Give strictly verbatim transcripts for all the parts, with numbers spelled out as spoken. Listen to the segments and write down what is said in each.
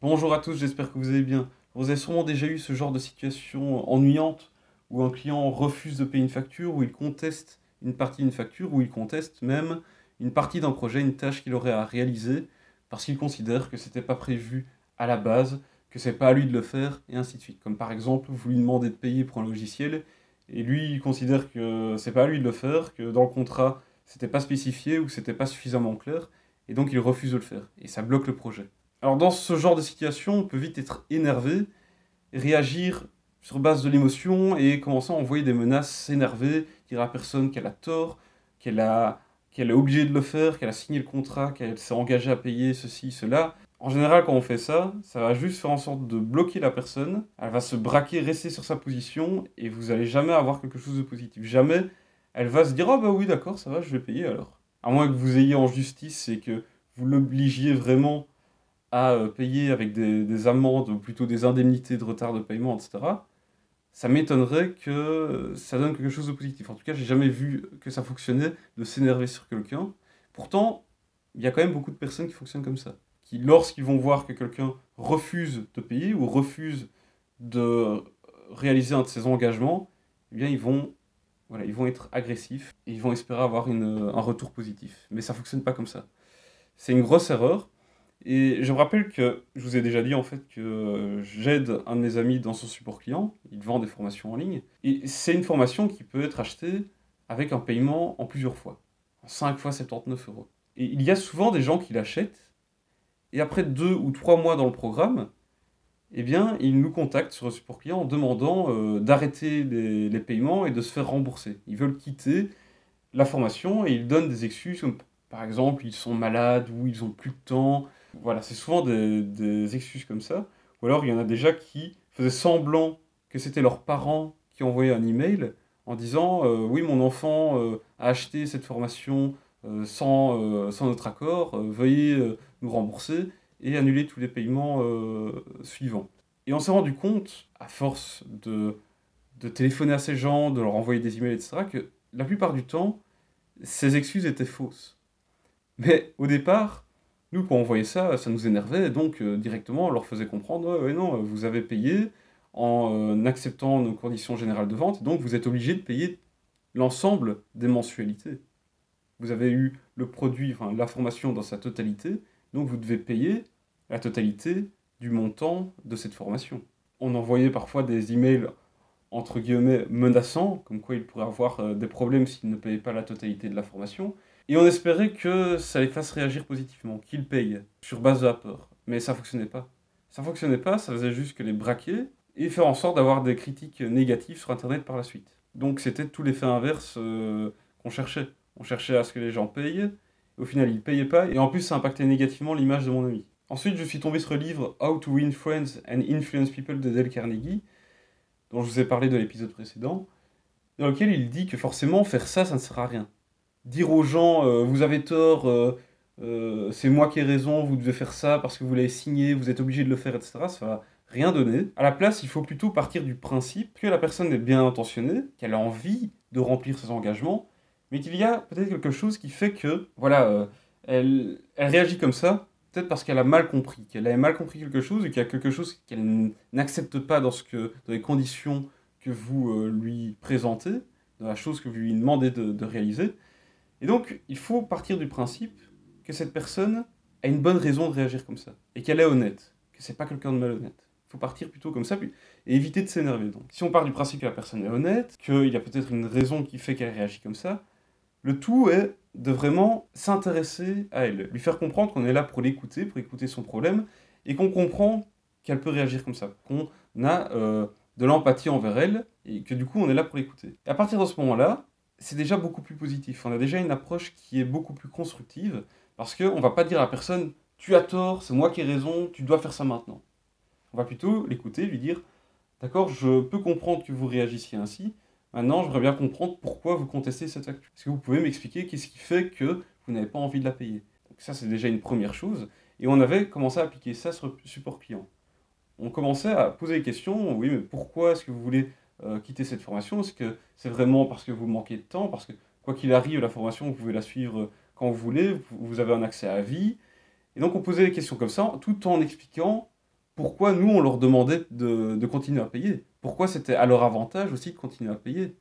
Bonjour à tous, j'espère que vous allez bien. Vous avez sûrement déjà eu ce genre de situation ennuyante où un client refuse de payer une facture, où il conteste une partie d'une facture, où il conteste même une partie d'un projet, une tâche qu'il aurait à réaliser, parce qu'il considère que c'était pas prévu à la base, que c'est pas à lui de le faire, et ainsi de suite. Comme par exemple, vous lui demandez de payer pour un logiciel, et lui il considère que c'est pas à lui de le faire, que dans le contrat c'était pas spécifié ou que c'était pas suffisamment clair, et donc il refuse de le faire, et ça bloque le projet. Alors dans ce genre de situation, on peut vite être énervé, réagir sur base de l'émotion et commencer à envoyer des menaces, s'énerver, dire à la personne qu'elle a tort, qu'elle a, qu'elle est obligée de le faire, qu'elle a signé le contrat, qu'elle s'est engagée à payer ceci, cela. En général, quand on fait ça, ça va juste faire en sorte de bloquer la personne, elle va se braquer, rester sur sa position, et vous n'allez jamais avoir quelque chose de positif. Jamais elle va se dire « Oh bah oui, d'accord, ça va, je vais payer alors ». À moins que vous ayez en justice et que vous l'obligiez vraiment à euh, payer avec des, des amendes ou plutôt des indemnités de retard de paiement, et cetera, ça m'étonnerait que ça donne quelque chose de positif. En tout cas, j'ai jamais vu que ça fonctionnait de s'énerver sur quelqu'un. Pourtant, il y a quand même beaucoup de personnes qui fonctionnent comme ça. Qui, lorsqu'ils vont voir que quelqu'un refuse de payer ou refuse de réaliser un de ses engagements, eh bien, ils vont, voilà, ils vont être agressifs et ils vont espérer avoir une, un retour positif. Mais ça fonctionne pas comme ça. C'est une grosse erreur. Et je me rappelle que je vous ai déjà dit en fait que j'aide un de mes amis dans son support client. Il vend des formations en ligne. Et c'est une formation qui peut être achetée avec un paiement en plusieurs fois. En cinq fois soixante-dix-neuf euros. Et il y a souvent des gens qui l'achètent. Et après deux ou trois mois dans le programme, eh bien, ils nous contactent sur le support client en demandant euh, d'arrêter les, les paiements et de se faire rembourser. Ils veulent quitter la formation et ils donnent des excuses comme par exemple ils sont malades ou ils ont plus de temps. Voilà, c'est souvent des, des excuses comme ça. Ou alors il y en a déjà qui faisaient semblant que c'était leurs parents qui envoyaient un email en disant euh, oui, mon enfant euh, a acheté cette formation euh, sans, euh, sans notre accord, euh, veuillez euh, nous rembourser et annuler tous les paiements euh, suivants. Et on s'est rendu compte, à force de, de téléphoner à ces gens, de leur envoyer des emails, et cetera, que la plupart du temps, ces excuses étaient fausses. Mais au départ, nous, quand on voyait ça, ça nous énervait, et donc euh, directement, on leur faisait comprendre, ouais, ouais, non, vous avez payé en euh, acceptant nos conditions générales de vente, donc vous êtes obligé de payer l'ensemble des mensualités. Vous avez eu le produit, enfin la formation dans sa totalité, donc vous devez payer la totalité du montant de cette formation. On envoyait parfois des emails entre guillemets menaçants, comme quoi il pourrait avoir euh, des problèmes s'il ne payait pas la totalité de la formation. Et on espérait que ça les fasse réagir positivement, qu'ils payent, sur base de la peur. Mais ça fonctionnait pas. Ça fonctionnait pas, ça faisait juste que les braquer et faire en sorte d'avoir des critiques négatives sur Internet par la suite. Donc c'était tout l'effet inverse euh, qu'on cherchait. On cherchait à ce que les gens payent, au final ils payaient pas, et en plus ça impactait négativement l'image de mon ami. Ensuite je suis tombé sur le livre How to Win Friends and Influence People de Dale Carnegie, dont je vous ai parlé de l'épisode précédent, dans lequel il dit que forcément faire ça, ça ne sert à rien. Dire aux gens, euh, vous avez tort, euh, euh, c'est moi qui ai raison, vous devez faire ça parce que vous l'avez signé, vous êtes obligé de le faire, et cetera. Ça va rien donner. À la place, il faut plutôt partir du principe que la personne est bien intentionnée, qu'elle a envie de remplir ses engagements, mais qu'il y a peut-être quelque chose qui fait que, voilà, euh, elle, elle réagit comme ça, peut-être parce qu'elle a mal compris, qu'elle a mal compris quelque chose et qu'il y a quelque chose qu'elle n'accepte pas dans, ce que, dans les conditions que vous euh, lui présentez, dans la chose que vous lui demandez de, de réaliser. Et donc, il faut partir du principe que cette personne a une bonne raison de réagir comme ça, et qu'elle est honnête, que c'est pas quelqu'un de malhonnête. Il faut partir plutôt comme ça, puis, et éviter de s'énerver. Donc, si on part du principe que la personne est honnête, qu'il y a peut-être une raison qui fait qu'elle réagit comme ça, le tout est de vraiment s'intéresser à elle, lui faire comprendre qu'on est là pour l'écouter, pour écouter son problème, et qu'on comprend qu'elle peut réagir comme ça, qu'on a euh, de l'empathie envers elle, et que du coup on est là pour l'écouter. Et à partir de ce moment-là, c'est déjà beaucoup plus positif. On a déjà une approche qui est beaucoup plus constructive, parce qu'on ne va pas dire à la personne « tu as tort, c'est moi qui ai raison, tu dois faire ça maintenant ». On va plutôt l'écouter, lui dire « d'accord, je peux comprendre que vous réagissiez ainsi, maintenant j'aimerais bien comprendre pourquoi vous contestez cette facture. Est-ce que vous pouvez m'expliquer qu'est-ce qui fait que vous n'avez pas envie de la payer ?» Donc ça c'est déjà une première chose, et on avait commencé à appliquer ça sur le support client. On commençait à poser des questions, oui mais pourquoi est-ce que vous voulez euh, quitter cette formation? Est-ce que c'est vraiment parce que vous manquez de temps? Parce que quoi qu'il arrive, la formation, vous pouvez la suivre quand vous voulez, vous avez un accès à vie. Et donc on posait des questions comme ça, tout en expliquant pourquoi nous, on leur demandait de, de continuer à payer? Pourquoi c'était à leur avantage aussi de continuer à payer?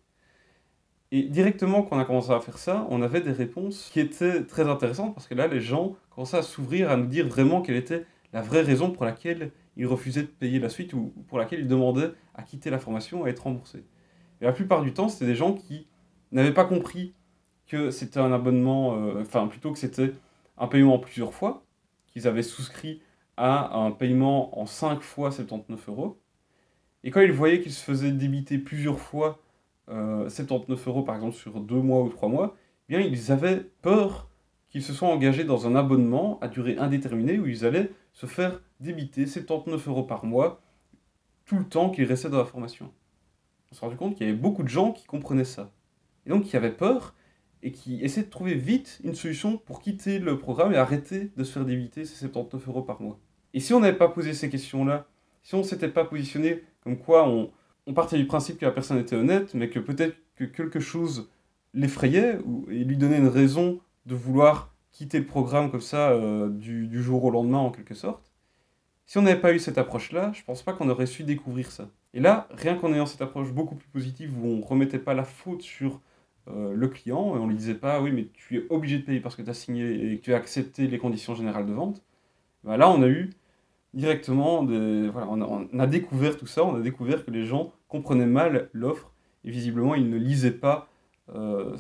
Et directement, quand on a commencé à faire ça, on avait des réponses qui étaient très intéressantes, parce que là, les gens commençaient à s'ouvrir, à nous dire vraiment quelle était la vraie raison pour laquelle ils refusaient de payer la suite, ou pour laquelle ils demandaient à quitter la formation, à être remboursés. Et la plupart du temps, c'était des gens qui n'avaient pas compris que c'était un abonnement, euh, enfin plutôt que c'était un paiement en plusieurs fois, qu'ils avaient souscrit à un paiement en cinq fois soixante-dix-neuf euros. Et quand ils voyaient qu'ils se faisaient débiter plusieurs fois euh, soixante-dix-neuf euros, par exemple, sur deux mois ou trois mois, eh bien, ils avaient peur qu'ils se soient engagés dans un abonnement à durée indéterminée où ils allaient se faire débiter soixante-dix-neuf euros par mois tout le temps qu'ils restaient dans la formation. On s'est rendu compte qu'il y avait beaucoup de gens qui comprenaient ça. Et donc, qui avaient peur et qui essayaient de trouver vite une solution pour quitter le programme et arrêter de se faire débiter ces soixante-dix-neuf euros par mois. Et si on n'avait pas posé ces questions-là, si on ne s'était pas positionné comme quoi on, on partait du principe que la personne était honnête, mais que peut-être que quelque chose l'effrayait ou, et lui donnait une raison de vouloir quitter le programme comme ça euh, du, du jour au lendemain en quelque sorte, si on n'avait pas eu cette approche-là, je pense pas qu'on aurait su découvrir ça. Et là, rien qu'en ayant cette approche beaucoup plus positive où on remettait pas la faute sur euh, le client et on lui disait pas oui mais tu es obligé de payer parce que tu as signé et que tu as accepté les conditions générales de vente, ben là on a eu directement des, voilà, on a, on a découvert tout ça, on a découvert que les gens comprenaient mal l'offre et visiblement ils ne lisaient pas euh,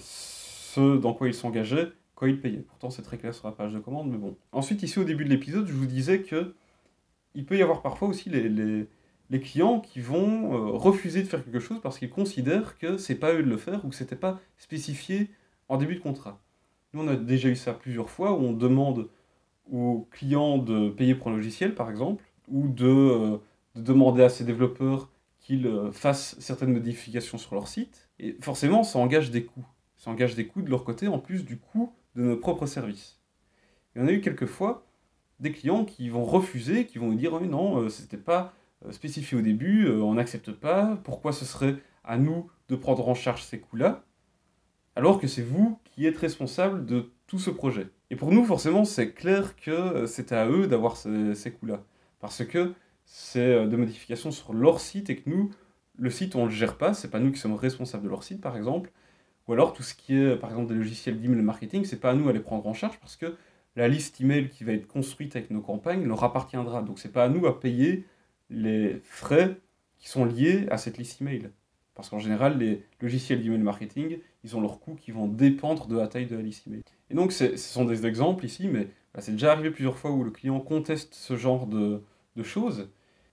ce dans quoi ils s'engageaient quand ils payaient. Pourtant c'est très clair sur la page de commande, mais bon. Ensuite ici au début de l'épisode, je vous disais que il peut y avoir parfois aussi les, les, les clients qui vont euh, refuser de faire quelque chose parce qu'ils considèrent que c'est pas eux de le faire ou que c'était pas spécifié en début de contrat. Nous, on a déjà eu ça plusieurs fois où on demande aux clients de payer pour un logiciel, par exemple, ou de, euh, de demander à ses développeurs qu'ils euh, fassent certaines modifications sur leur site. Et forcément, ça engage des coûts. Ça engage des coûts de leur côté, en plus du coût de nos propres services. Et on a eu quelques fois des clients qui vont refuser, qui vont nous dire oh, non, euh, c'était pas euh, spécifié au début, euh, on n'accepte pas, pourquoi ce serait à nous de prendre en charge ces coûts-là, alors que c'est vous qui êtes responsable de tout ce projet. Et pour nous, forcément, c'est clair que euh, c'était à eux d'avoir ces, ces coûts-là, parce que c'est euh, des modifications sur leur site et que nous, le site, on ne le gère pas, c'est pas nous qui sommes responsables de leur site, par exemple, ou alors tout ce qui est, par exemple, des logiciels d'email marketing, c'est pas à nous à les prendre en charge, parce que la liste email qui va être construite avec nos campagnes leur appartiendra. Donc c'est pas à nous à payer les frais qui sont liés à cette liste email. Parce qu'en général, les logiciels d'email marketing, ils ont leurs coûts qui vont dépendre de la taille de la liste email. Et donc ce sont des exemples ici, mais bah, c'est déjà arrivé plusieurs fois où le client conteste ce genre de, de choses.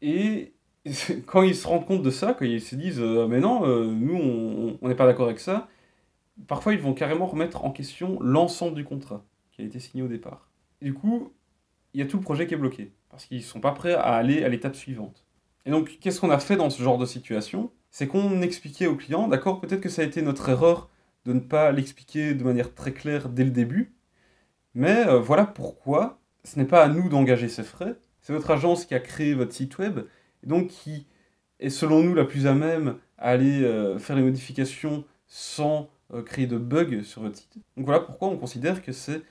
Et quand ils se rendent compte de ça, quand ils se disent euh, mais non, euh, nous on n'est pas d'accord avec ça, parfois ils vont carrément remettre en question l'ensemble du contrat qui a été signé au départ. Et du coup, il y a tout le projet qui est bloqué, parce qu'ils ne sont pas prêts à aller à l'étape suivante. Et donc, qu'est-ce qu'on a fait dans ce genre de situation? C'est qu'on expliquait au client, d'accord, peut-être que ça a été notre erreur de ne pas l'expliquer de manière très claire dès le début, mais euh, voilà pourquoi ce n'est pas à nous d'engager ces frais, c'est votre agence qui a créé votre site web, et donc qui est selon nous la plus à même à aller euh, faire les modifications sans euh, créer de bugs sur votre site. Donc voilà pourquoi on considère que c'est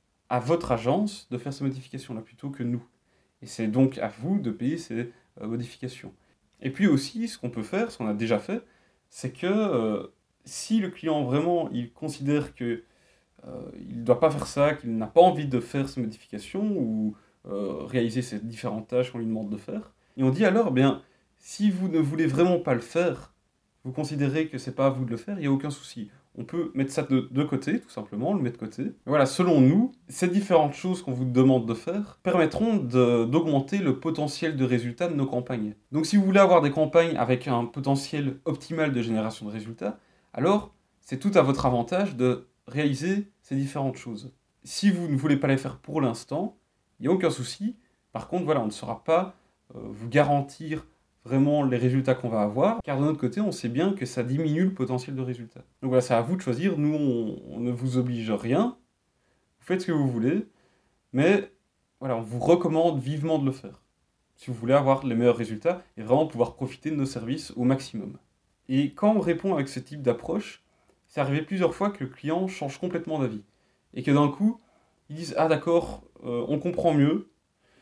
à votre agence de faire ces modifications-là plutôt que nous. Et c'est donc à vous de payer ces euh, modifications. Et puis aussi, ce qu'on peut faire, ce qu'on a déjà fait, c'est que euh, si le client vraiment il considère que euh, il ne doit pas faire ça, qu'il n'a pas envie de faire ces modifications ou euh, réaliser ces différentes tâches qu'on lui demande de faire, et on dit alors, bien, si vous ne voulez vraiment pas le faire, vous considérez que c'est pas à vous de le faire, il n'y a aucun souci. On peut mettre ça de, de côté, tout simplement, le mettre de côté. Et voilà, selon nous, ces différentes choses qu'on vous demande de faire permettront de, d'augmenter le potentiel de résultat de nos campagnes. Donc si vous voulez avoir des campagnes avec un potentiel optimal de génération de résultats, alors c'est tout à votre avantage de réaliser ces différentes choses. Si vous ne voulez pas les faire pour l'instant, il n'y a aucun souci. Par contre, voilà, on ne saura pas euh, vous garantir vraiment les résultats qu'on va avoir, car de notre côté, on sait bien que ça diminue le potentiel de résultat. Donc voilà, c'est à vous de choisir, nous, on, on ne vous oblige rien, vous faites ce que vous voulez, mais voilà, on vous recommande vivement de le faire, si vous voulez avoir les meilleurs résultats et vraiment pouvoir profiter de nos services au maximum. Et quand on répond avec ce type d'approche, c'est arrivé plusieurs fois que le client change complètement d'avis, et que d'un coup, ils disent « Ah d'accord, euh, on comprend mieux,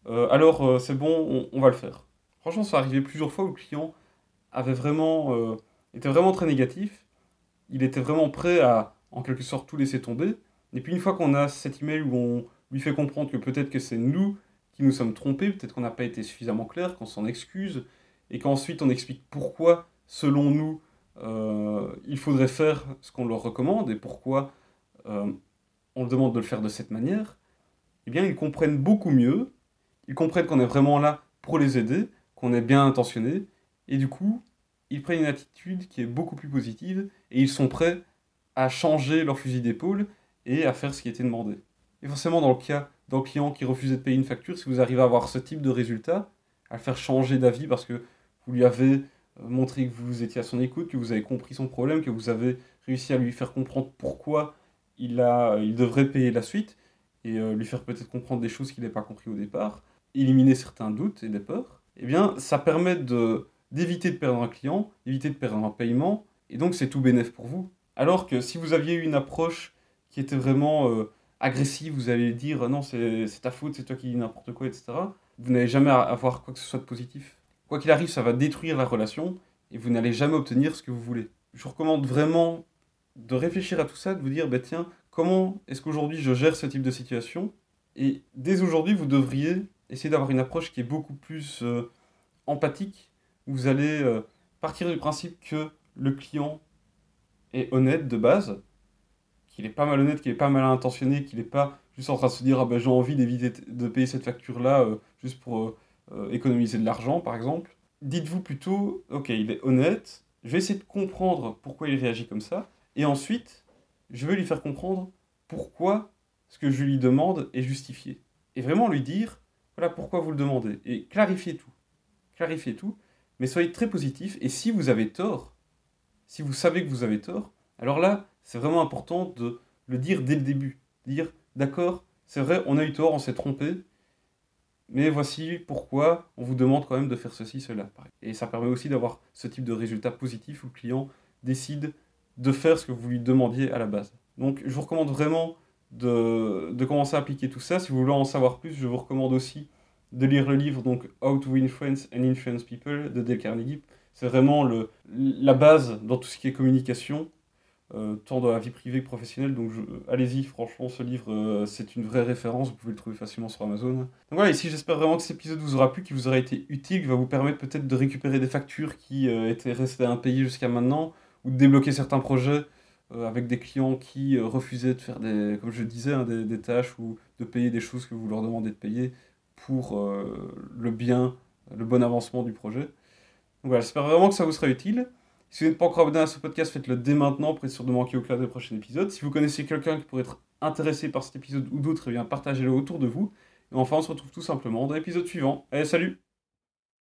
euh, alors euh, c'est bon, on, on va le faire. Franchement, ça arrivait plusieurs fois où le client avait vraiment, euh, était vraiment très négatif. Il était vraiment prêt à, en quelque sorte, tout laisser tomber. Et puis une fois qu'on a cet email où on lui fait comprendre que peut-être que c'est nous qui nous sommes trompés, peut-être qu'on n'a pas été suffisamment clair, qu'on s'en excuse, et qu'ensuite on explique pourquoi, selon nous, euh, il faudrait faire ce qu'on leur recommande et pourquoi euh, on le demande de le faire de cette manière, eh bien ils comprennent beaucoup mieux, ils comprennent qu'on est vraiment là pour les aider, qu'on est bien intentionné, et du coup, ils prennent une attitude qui est beaucoup plus positive, et ils sont prêts à changer leur fusil d'épaule et à faire ce qui était demandé. Et forcément, dans le cas d'un client qui refusait de payer une facture, si vous arrivez à avoir ce type de résultat, à le faire changer d'avis parce que vous lui avez euh, montré que vous étiez à son écoute, que vous avez compris son problème, que vous avez réussi à lui faire comprendre pourquoi il, a, il devrait payer la suite, et euh, lui faire peut-être comprendre des choses qu'il n'avait pas compris au départ, éliminer certains doutes et des peurs, eh bien, ça permet de, d'éviter de perdre un client, d'éviter de perdre un paiement, et donc c'est tout bénef pour vous. Alors que si vous aviez eu une approche qui était vraiment euh, agressive, vous allez dire euh, non, c'est c'est ta faute, c'est toi qui dis n'importe quoi, et cetera. Vous n'allez jamais a- avoir quoi que ce soit de positif. Quoi qu'il arrive, ça va détruire la relation et vous n'allez jamais obtenir ce que vous voulez. Je vous recommande vraiment de réfléchir à tout ça, de vous dire, bah, tiens, comment est-ce qu'aujourd'hui je gère ce type de situation? Et dès aujourd'hui, vous devriez essayer d'avoir une approche qui est beaucoup plus euh, empathique. Vous allez euh, partir du principe que le client est honnête de base, qu'il est pas mal honnête, qu'il est pas mal intentionné, qu'il est pas juste en train de se dire ah ben j'ai envie d'éviter de payer cette facture-là euh, juste pour euh, euh, économiser de l'argent, par exemple. Dites-vous plutôt, ok, il est honnête, je vais essayer de comprendre pourquoi il réagit comme ça, et ensuite, je vais lui faire comprendre pourquoi ce que je lui demande est justifié. Et vraiment lui dire, voilà pourquoi vous le demandez, et clarifier tout. Clarifiez tout, mais soyez très positif, et si vous avez tort, si vous savez que vous avez tort, alors là, c'est vraiment important de le dire dès le début. Dire, d'accord, c'est vrai, on a eu tort, on s'est trompé, mais voici pourquoi on vous demande quand même de faire ceci, cela. Et ça permet aussi d'avoir ce type de résultat positif où le client décide de faire ce que vous lui demandiez à la base. Donc je vous recommande vraiment de, de commencer à appliquer tout ça. Si vous voulez en savoir plus, je vous recommande aussi de lire le livre donc How to Influence and Influence People de Dale Carnegie. C'est vraiment le, la base dans tout ce qui est communication, euh, tant dans la vie privée que professionnelle. Donc je- allez-y, franchement, ce livre, euh, c'est une vraie référence. Vous pouvez le trouver facilement sur Amazon. Donc voilà, ici j'espère vraiment que cet épisode vous aura plu, qu'il vous aura été utile, qu'il va vous permettre peut-être de récupérer des factures qui euh, étaient restées impayées jusqu'à maintenant, ou de débloquer certains projets euh, avec des clients qui euh, refusaient de faire des, comme je le disais, hein, des, des tâches ou de payer des choses que vous leur demandez de payer pour euh, le bien, le bon avancement du projet. Donc voilà, j'espère vraiment que ça vous sera utile. Si vous n'êtes pas encore abonné à ce podcast, faites-le dès maintenant pour être sûr de manquer aucun des prochains épisodes. Si vous connaissez quelqu'un qui pourrait être intéressé par cet épisode ou d'autres, eh bien partagez-le autour de vous. Et enfin, on se retrouve tout simplement dans l'épisode suivant. Allez, salut!